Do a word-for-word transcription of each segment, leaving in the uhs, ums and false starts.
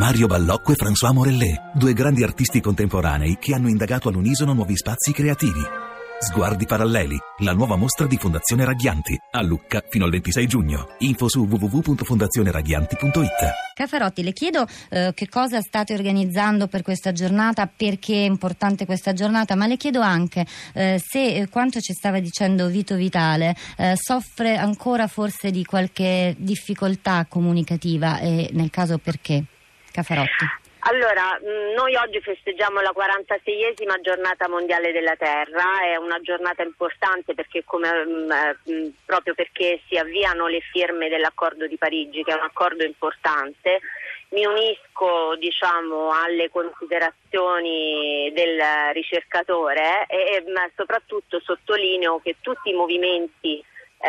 Mario Ballocco e François Morellet, due grandi artisti contemporanei che hanno indagato all'unisono nuovi spazi creativi. Sguardi paralleli, la nuova mostra di Fondazione Raghianti, a Lucca fino al ventisei giugno. Info su w w w punto fondazione raghianti punto i t. Caffarotti, le chiedo eh, che cosa state organizzando per questa giornata, perché è importante questa giornata, ma le chiedo anche eh, se eh, quanto ci stava dicendo Vito Vitale eh, soffre ancora forse di qualche difficoltà comunicativa e nel caso perché. Caffarotti. Allora, noi oggi festeggiamo la quarantaseiesima giornata mondiale della Terra, è una giornata importante perché come mh, proprio perché si avviano le firme dell'accordo di Parigi, che è un accordo importante. Mi unisco, diciamo, alle considerazioni del ricercatore e, e soprattutto sottolineo che tutti i movimenti Eh,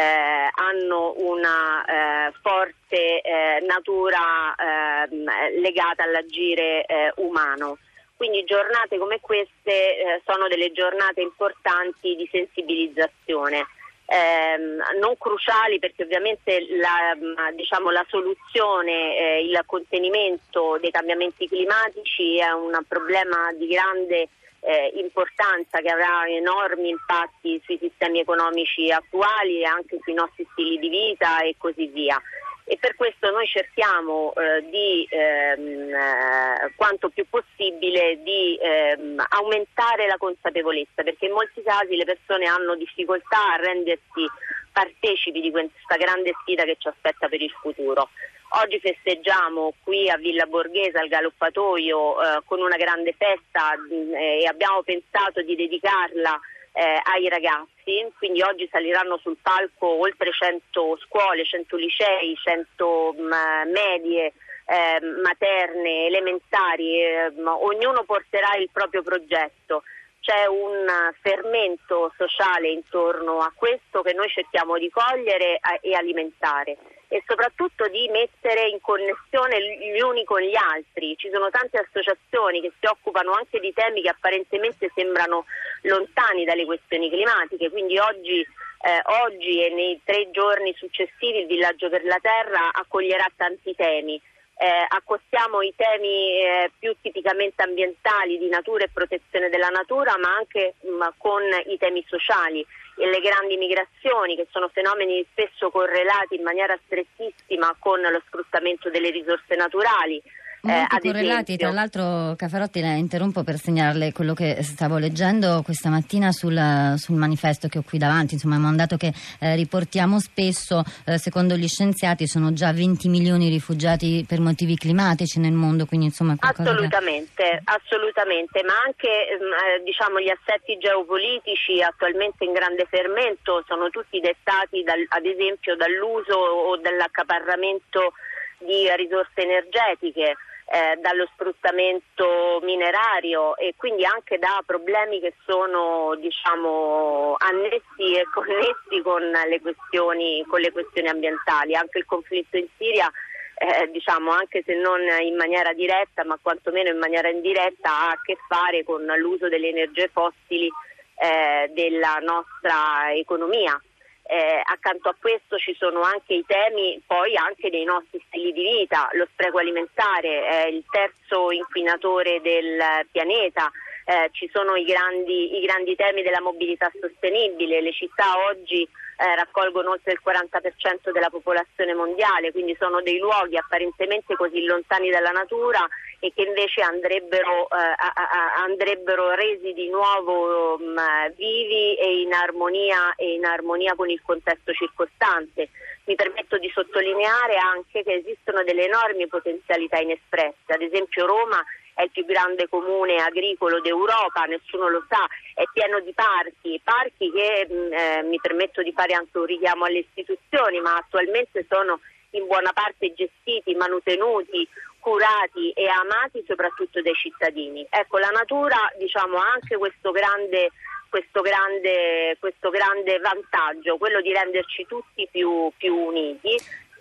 hanno una eh, forte eh, natura eh, legata all'agire eh, umano. Quindi giornate come queste eh, sono delle giornate importanti di sensibilizzazione, eh, non cruciali perché ovviamente la, diciamo, la soluzione, eh, il contenimento dei cambiamenti climatici è un problema di grande Eh, importanza che avrà enormi impatti sui sistemi economici attuali e anche sui nostri stili di vita e così via. E per questo noi cerchiamo eh, di ehm, eh, quanto più possibile di ehm, aumentare la consapevolezza, perché in molti casi le persone hanno difficoltà a rendersi partecipi di questa grande sfida che ci aspetta per il futuro. Oggi festeggiamo qui a Villa Borghese al Galoppatoio eh, con una grande festa eh, e abbiamo pensato di dedicarla eh, ai ragazzi, quindi oggi saliranno sul palco oltre cento scuole, cento licei, cento mh, medie, eh, materne, elementari, eh, ognuno porterà il proprio progetto. C'è un fermento sociale intorno a questo che noi cerchiamo di cogliere e alimentare e soprattutto di mettere in connessione gli uni con gli altri. Ci sono tante associazioni che si occupano anche di temi che apparentemente sembrano lontani dalle questioni climatiche, quindi oggi, eh, oggi e nei tre giorni successivi il Villaggio per la Terra accoglierà tanti temi. Eh, accostiamo i temi eh, più tipicamente ambientali di natura e protezione della natura, ma anche mh, con i temi sociali e le grandi migrazioni, che sono fenomeni spesso correlati in maniera strettissima con lo sfruttamento delle risorse naturali. Molto eh, correlati, tra l'altro Caffarotti la interrompo per segnalarle quello che stavo leggendo questa mattina sul, sul manifesto che ho qui davanti, insomma è un mandato che eh, riportiamo spesso, eh, secondo gli scienziati sono già venti milioni di rifugiati per motivi climatici nel mondo, quindi insomma qualcosa assolutamente, che... assolutamente, ma anche eh, diciamo gli assetti geopolitici attualmente in grande fermento sono tutti dettati dal, ad esempio dall'uso o dall'accaparramento di risorse energetiche, Eh, dallo sfruttamento minerario e quindi anche da problemi che sono diciamo annessi e connessi con le questioni con le questioni ambientali. Anche il conflitto in Siria eh, diciamo anche se non in maniera diretta ma quantomeno in maniera indiretta ha a che fare con l'uso delle energie fossili eh, della nostra economia. Eh, accanto a questo ci sono anche i temi poi anche dei nostri stili di vita. Lo spreco alimentare è il terzo inquinatore del pianeta, eh, ci sono i grandi, i grandi temi della mobilità sostenibile. Le città oggi eh, raccolgono oltre il quaranta per cento della popolazione mondiale, quindi sono dei luoghi apparentemente così lontani dalla natura e che invece andrebbero, eh, a, a, andrebbero resi di nuovo um, vivi e in armonia e in armonia con il contesto circostante. Mi permetto di sottolineare anche che esistono delle enormi potenzialità inespresse, ad esempio Roma è il più grande comune agricolo d'Europa, nessuno lo sa, è pieno di parchi, parchi che eh, mi permetto di fare anche un richiamo alle istituzioni, ma attualmente sono in buona parte gestiti, manutenuti, curati e amati soprattutto dai cittadini. Ecco, la natura diciamo ha anche questo grande questo grande questo grande vantaggio, quello di renderci tutti più più uniti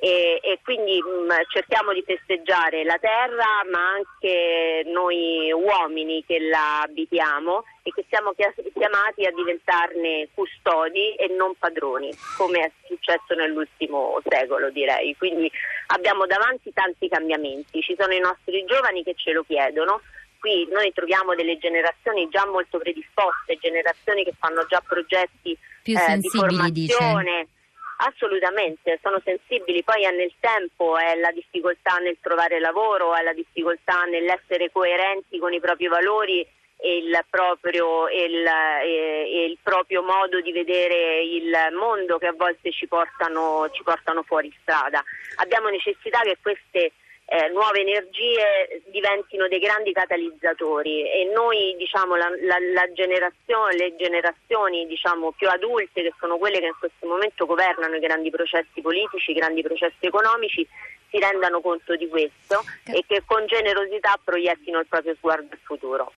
E, e quindi mh, cerchiamo di festeggiare la terra, ma anche noi uomini che la abitiamo e che siamo chiamati a diventarne custodi e non padroni, come è successo nell'ultimo secolo, direi. Quindi abbiamo davanti tanti cambiamenti, ci sono i nostri giovani che ce lo chiedono. Qui noi troviamo delle generazioni già molto predisposte, generazioni che fanno già progetti più eh, di formazione. Dice. Assolutamente, sono sensibili, poi è nel tempo, è la difficoltà nel trovare lavoro, è la difficoltà nell'essere coerenti con i propri valori e il proprio, e il, e, e il proprio modo di vedere il mondo che a volte ci portano, ci portano fuori strada. Abbiamo necessità che queste Eh, nuove energie diventino dei grandi catalizzatori e noi, diciamo, la, la, la generazione, le generazioni, diciamo, più adulte, che sono quelle che in questo momento governano i grandi processi politici, i grandi processi economici, si rendano conto di questo e che con generosità proiettino il proprio sguardo al futuro.